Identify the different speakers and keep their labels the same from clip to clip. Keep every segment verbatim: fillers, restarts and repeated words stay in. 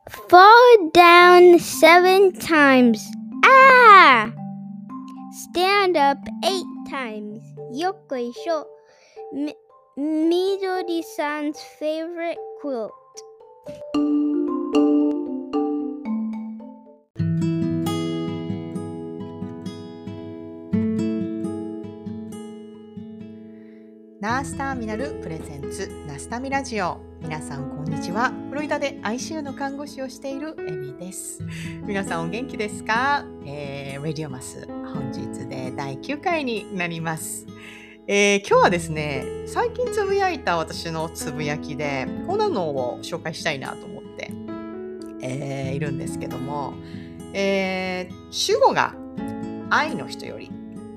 Speaker 1: Fall down seven times. Ah! Stand up eight times. Yokoisho. Mi- Midori-san's favorite quilt.
Speaker 2: ナースターミナルプレゼンツナスタミラジオ。皆さんこんにちは。フロリダで アイシーユー の看護師をしているエミです。皆さんお元気ですか？えー、レディオマス本日でだいきゅうかいになります。えー、今日はですね、最近つぶやいた私のつぶやきでこんなのを紹介したいなと思って、えー、いるんですけども、えー、主語が愛の人より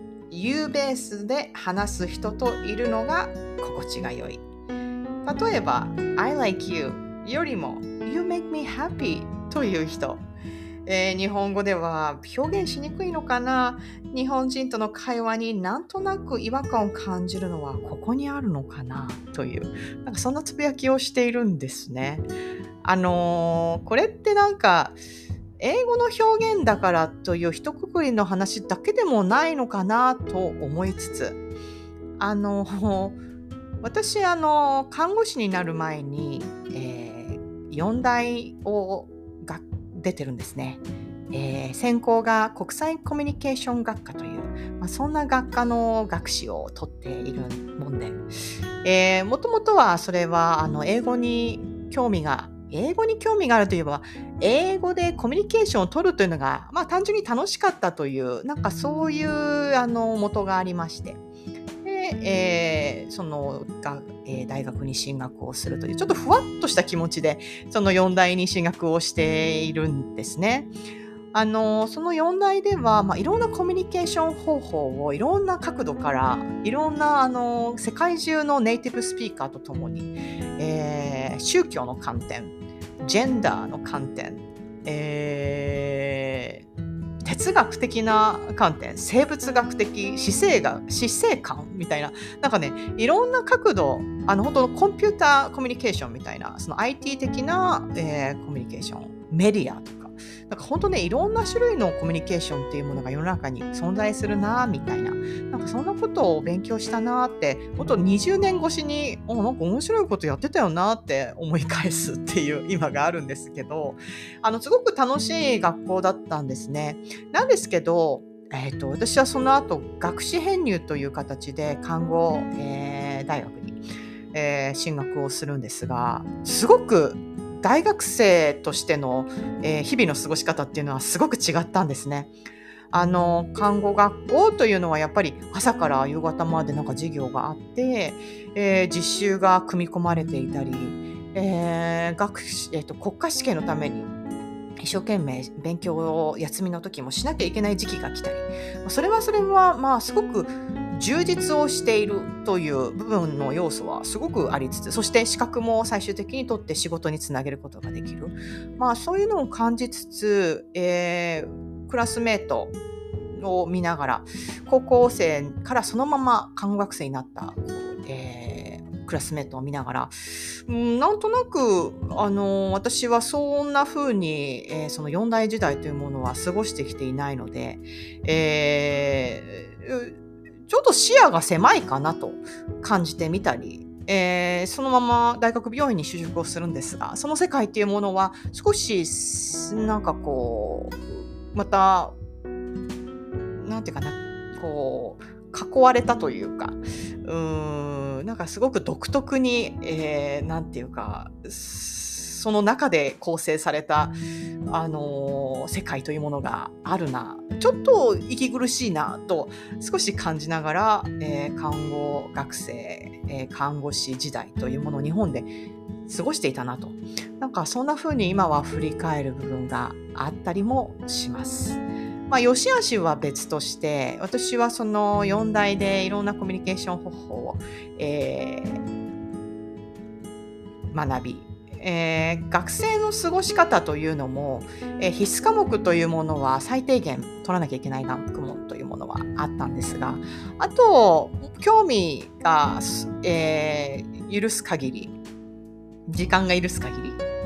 Speaker 2: You ベースで話す人といるのが心地が良い。例えば I like you よりも You make me happy という人、えー、日本語では表現しにくいのかな。日本人との会話になんとなく違和感を感じるのはここにあるのかなという、なんかそんなつぶやきをしているんですね。あのー、これってなんか英語の表現だからという一括りの話だけでもないのかなと思いつつ、あの私あの看護師になる前に、えー、よん大をが出てるんですね。えー、専攻が国際コミュニケーション学科という、まあ、そんな学科の学士を取っているもんで、えー、もともとはそれはあの英語に興味が英語に興味があるといえば、英語でコミュニケーションを取るというのが、まあ単純に楽しかったという、なんかそういうあの元がありまして、で、えー、そのが、えー、大学に進学をするという、ちょっとふわっとした気持ちで、そのよん大に進学をしているんですね。あのそのよん大では、まあ、いろんなコミュニケーション方法をいろんな角度からいろんなあの世界中のネイティブスピーカーとともに、えー、宗教の観点、ジェンダーの観点、えー、哲学的な観点、生物学的死生が死生観みたいな、なんかね、いろんな角度、あの本当のコンピューターコミュニケーションみたいな、その アイティー 的な、えー、コミュニケーション、メディアとか、なんか本当ね、いろんな種類のコミュニケーションっていうものが世の中に存在するなみたいな、なんかそんなことを勉強したなって、本当にじゅうねん越しに、お、なんか面白いことやってたよなって思い返すっていう今があるんですけど、あのすごく楽しい学校だったんですね。なんですけど、えーと、私はその後学士編入という形で看護、えー、大学に、えー、進学をするんですが、すごく大学生としての、えー、日々の過ごし方っていうのはすごく違ったんですね。あの看護学校というのはやっぱり朝から夕方までなんか授業があって、えー、実習が組み込まれていたり、えー学えーと、国家試験のために一生懸命勉強を休みの時もしなきゃいけない時期が来たり、それはそれはまあすごく充実をしているという部分の要素はすごくありつつ、そして資格も最終的に取って仕事につなげることができる、まあそういうのを感じつつ、えー、クラスメートを見ながら、高校生からそのまま看護学生になった、えー、クラスメートを見ながら、うん、なんとなくあの私はそんな風に、えー、そのよん大時代というものは過ごしてきていないので、えーちょっと視野が狭いかなと感じてみたり、えー、そのまま大学病院に就職をするんですが、その世界っていうものは少しなんかこうまたなんていうかな、こう囲われたというか、うーんなんかすごく独特に、えー、なんていうかその中で構成された、あのー、世界というものがあるな、ちょっと息苦しいなと少し感じながら、えー、看護学生、えー、看護師時代というものを日本で過ごしていたなと、なんかそんな風に今は振り返る部分があったりもします。まあ、良し悪しは別として、私はそのよん大でいろんなコミュニケーション方法を、えー、学び、えー、学生の過ごし方というのも、えー、必須科目というものは最低限取らなきゃいけない学問というものはあったんですが、あと興味が、えー、許す限り、時間が許す限り、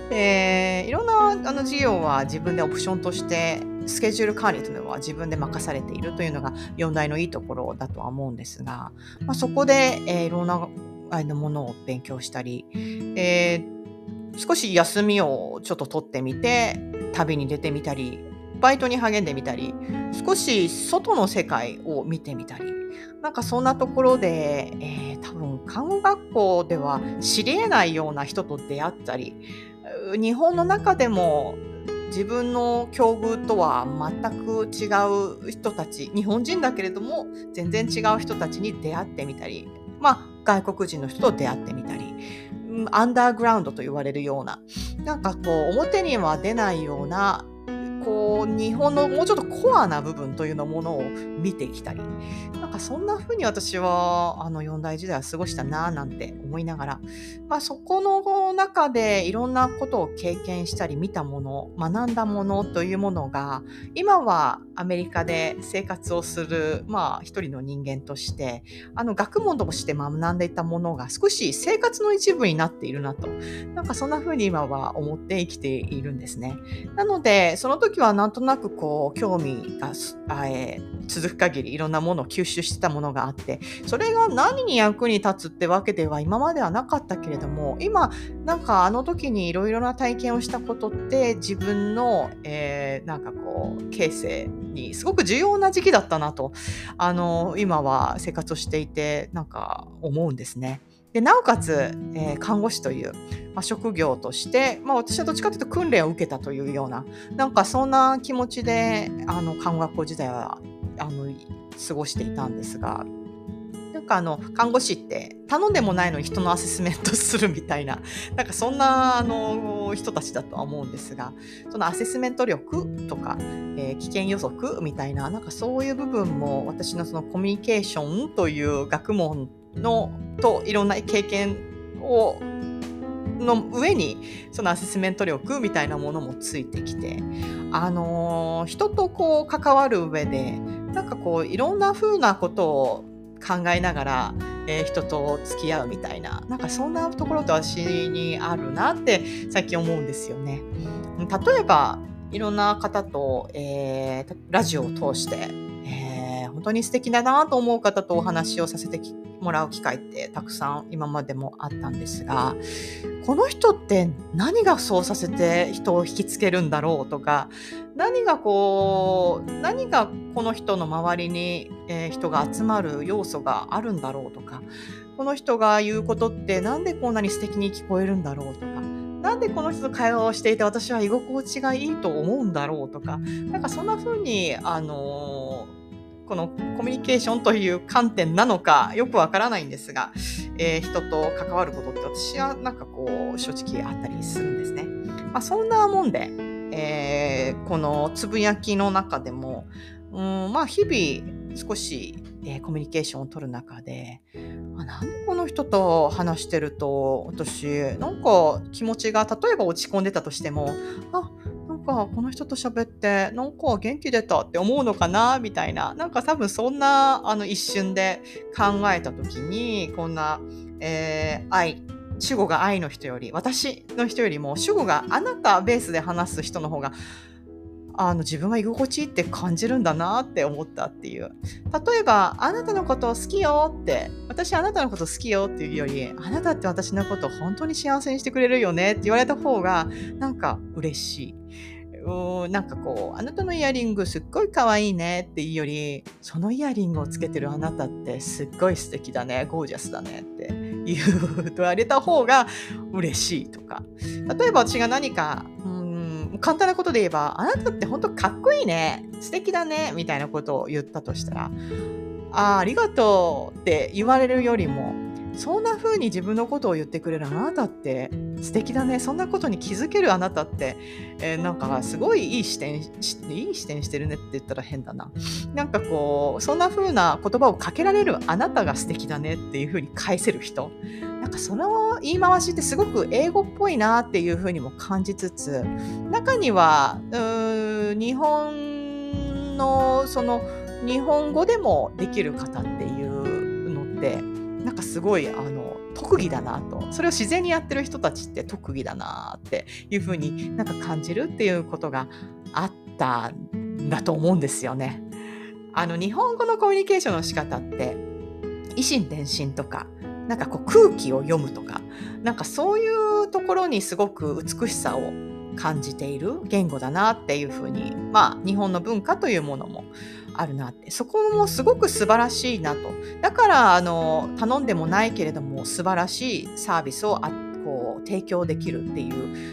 Speaker 2: でいろんなあの事業は自分でオプションとしてスケジュール管理というのは自分で任されているというのがよん大のいいところだとは思うんですが、まあ、そこで、えーいろんなあのものを勉強したり、えー少し休みをちょっと取ってみて旅に出てみたり、バイトに励んでみたり、少し外の世界を見てみたり、なんかそんなところで、えー多分看護学校では知り得ないような人と出会ったり、う日本の中でも自分の境遇とは全く違う人たち、日本人だけれども全然違う人たちに出会ってみたり、まあ外国人の人と出会ってみたり、うんアンダーグラウンドと言われるような、なんかこう表には出ないような、こう日本のもうちょっとコアな部分というのものを見てきたり、なんかそんな風に私はあのよん大時代は過ごしたなぁなんて思いながら、まあそこの中でいろんなことを経験したり見たもの、学んだものというものが、今はアメリカで生活をするまあ一人の人間として、あの学問として学んでいたものが少し生活の一部になっているなと、なんかそんな風に今は思って生きているんですね。なのでその時はなんとなくこう興味がすあ、えー続く限りいろんなものを吸収してたものがあって、それが何に役に立つってわけでは今まではなかったけれども、今なんかあの時にいろいろな体験をしたことって自分の、えーなんかこう形成にすごく重要な時期だったなと、あの今は生活をしていてなんか思うんですね。でなおかつ、えー看護師という、まあ、職業として、まあ、私はどっちかというと訓練を受けたというような、なんかそんな気持ちであの看護学校時代はあの過ごしていたんですが、なんかあの看護師って頼んでもないのに人のアセスメントするみたいな、なんかそんなあの人たちだとは思うんですが、そのアセスメント力とか、えー危険予測みたいな、なんかそういう部分も私のそのコミュニケーションという学問のといろんな経験をの上にそのアセスメント力みたいなものもついてきて、あのー人とこう関わる上でなんかこういろんな風なことを考えながら、えー人と付き合うみたいな、なんかそんなところと私にあるなって最近思うんですよね。例えばいろんな方と、えーラジオを通して、えー本当に素敵だなと思う方とお話をさせてもらう機会ってたくさん今までもあったんですが、この人って何がそうさせて人を引きつけるんだろうとか、何がこう何がこの人の周りに、えー人が集まる要素があるんだろうとか、この人が言うことってなんでこんなに素敵に聞こえるんだろうとか、なんでこの人と会話をしていて私は居心地がいいと思うんだろうとか、なんかそんな風にあのーこのコミュニケーションという観点なのかよくわからないんですが、えー人と関わることって私はなんかこう正直あったりするんですね。まあ、そんなもんで、えーこのつぶやきの中でも、うんまあ、日々少し、えーコミュニケーションを取る中で、あなんでこの人と話してると私なんか気持ちが例えば落ち込んでたとしても、あなんかこの人と喋ってなんか元気出たって思うのかなみたいな、なんか多分そんなあの一瞬で考えた時にこんな、えー愛主語が愛の人より私の人よりも主語があなたベースで話す人の方があの自分は居心地いいって感じるんだなって思ったっていう。例えばあなたのことを好きよって、私あなたのこと好きよっていうより、あなたって私のことを本当に幸せにしてくれるよねって言われた方がなんか嬉しい。うーんなんかこうあなたのイヤリングすっごい可愛いねっていうより、そのイヤリングをつけてるあなたってすっごい素敵だね、ゴージャスだねって言われた方が嬉しいとか。例えば私が何かうーん簡単なことで言えば、あなたって本当かっこいいね、素敵だねみたいなことを言ったとしたら、あーありがとうって言われるよりも、そんな風に自分のことを言ってくれるあなたって素敵だね、そんなことに気づけるあなたって、えーなんかすごいいい視点しいい視点してるねって言ったら変だな。なんかこうそんな風な言葉をかけられるあなたが素敵だねっていう風に返せる人、なんかその言い回しってすごく英語っぽいなっていう風にも感じつつ、中にはうーん日本のその日本語でもできる方っていうのってなんかすごいあの特技だなと、それを自然にやってる人たちって特技だなっていうふうになんか感じるっていうことがあったんだと思うんですよね。あの日本語のコミュニケーションの仕方って以心伝心とか、なんかこう空気を読むとか、なんかそういうところにすごく美しさを感じている言語だなっていうふうに、まあ日本の文化というものもあるなって、そこもすごく素晴らしいなと。だからあの頼んでもないけれども素晴らしいサービスをあこう提供できるっていう、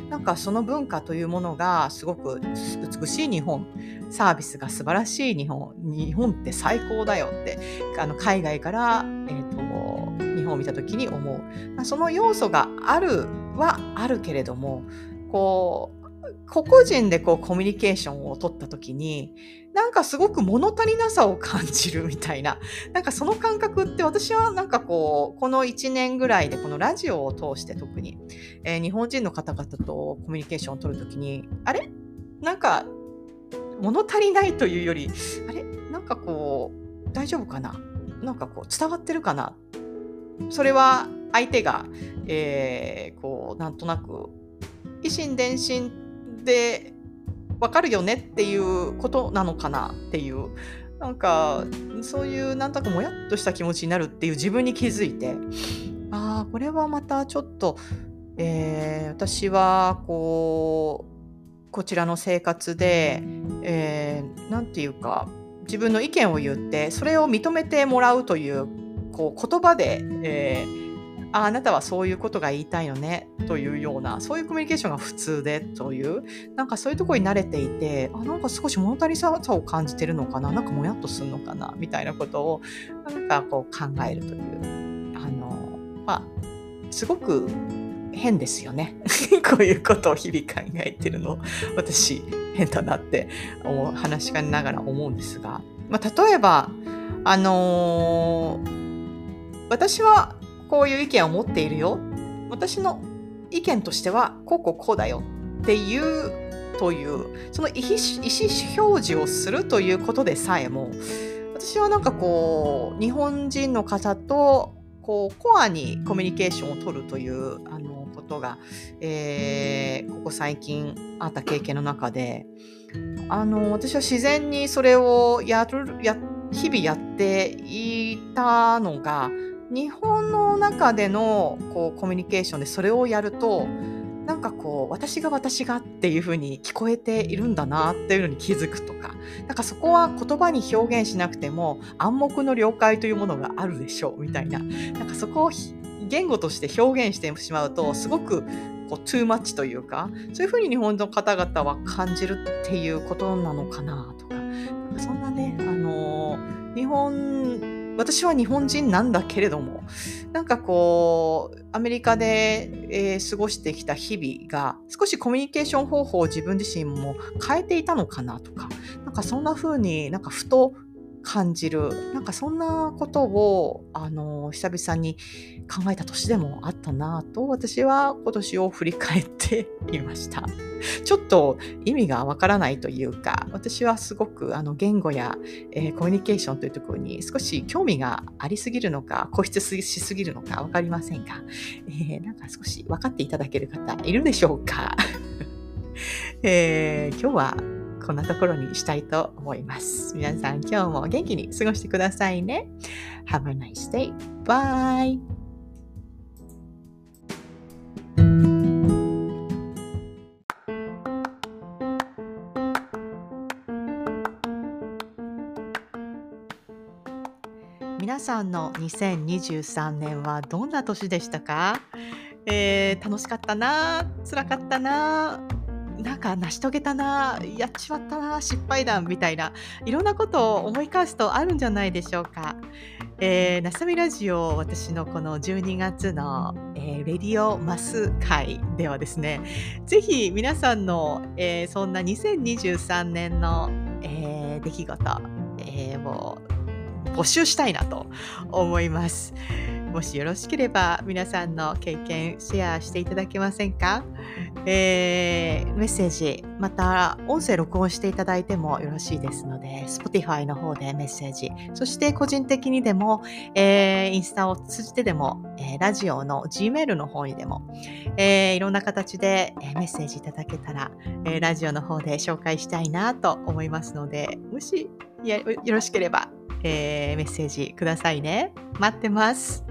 Speaker 2: なんかその文化というものがすごく美しい日本、サービスが素晴らしい日本、日本って最高だよってあの海外から、えーと、日本を見た時に思う。その要素があるはあるけれども、こう個々人でこうコミュニケーションを取った時になんかすごく物足りなさを感じるみたいな、なんかその感覚って私はなんかこうこのいちねんぐらいでこのラジオを通して特に、えー、日本人の方々とコミュニケーションを取る時に、あれなんか物足りないというより、あれなんかこう大丈夫かな、なんかこう伝わってるかな、それは相手が、えー、こうなんとなく以心伝心で分かるよねっていうことなのかなっていう、なんかそういうなんとなくもやっとした気持ちになるっていう自分に気づいて、ああこれはまたちょっと、えー、私はこうこちらの生活で、えー、なんていうか自分の意見を言ってそれを認めてもらうという、こう言葉で、えーあ, あなたはそういうことが言いたいのねというような、そういうコミュニケーションが普通でという、なんかそういうところに慣れていて、あなんか少し物足りさを感じてるのかな、なんかもやっとするのかなみたいなことをなんかこう考えるという、あのまあすごく変ですよねこういうことを日々考えてるの私変だなって思う話しながら思うんですが、まあ、例えばあのー、私はこういう意見を持っているよ、私の意見としてはこうこうこうだよっていうというその意思、意思表示をするということでさえも、私はなんかこう日本人の方とこうコアにコミュニケーションを取るというあのことが、えー、ここ最近あった経験の中で、あの私は自然にそれをやるや日々やっていたのが、日本の中でのこうコミュニケーションでそれをやると、なんかこう私が私がっていう風に聞こえているんだなっていうのに気づくとか、なんかそこは言葉に表現しなくても暗黙の了解というものがあるでしょうみたいな、なんかそこを言語として表現してしまうとすごくこうトゥーマッチというか、そういう風に日本の方々は感じるっていうことなのかなとか、なんかそんなね、あのー、日本私は日本人なんだけれども、なんかこうアメリカで、えー、過ごしてきた日々が少しコミュニケーション方法を自分自身も変えていたのかなとか、なんかそんな風になんかふと感じる、なんかそんなことをあの久々に考えた年でもあったなと、私は今年を振り返っていました。ちょっと意味がわからないというか、私はすごくあの言語や、えー、コミュニケーションというところに少し興味がありすぎるのか固執しすぎるのかわかりませんが、えー、なんか少し分かっていただける方いるでしょうか、えー、今日はこんなところにしたいと思います。皆さん今日も元気に過ごしてくださいね。Have a nice day. Bye. 皆さんのにせんにじゅうさんねんはどんな年でしたか？えー、楽しかったな、辛かったな、なんか成し遂げたな、やっちまったな、失敗談みたいな、いろんなことを思い返すとあるんじゃないでしょうか。えー、なさみラジオ、私のこのじゅうにがつの、えー、レディオマス会ではですね、ぜひ皆さんの、えー、そんなにせんにじゅうさんねんの、えー、出来事、えー、を募集したいなと思います。 もしよろしければ皆さんの経験シェアしていただけませんか？えーメッセージ、また音声録音していただいてもよろしいですので、Spotify の方でメッセージ、そして個人的にでも、えーインスタを通じてでも、えーラジオの Gmail の方にでも、えーいろんな形で、えーメッセージいただけたら、えーラジオの方で紹介したいなと思いますので、もしやよろしければ、えーメッセージくださいね。待ってます。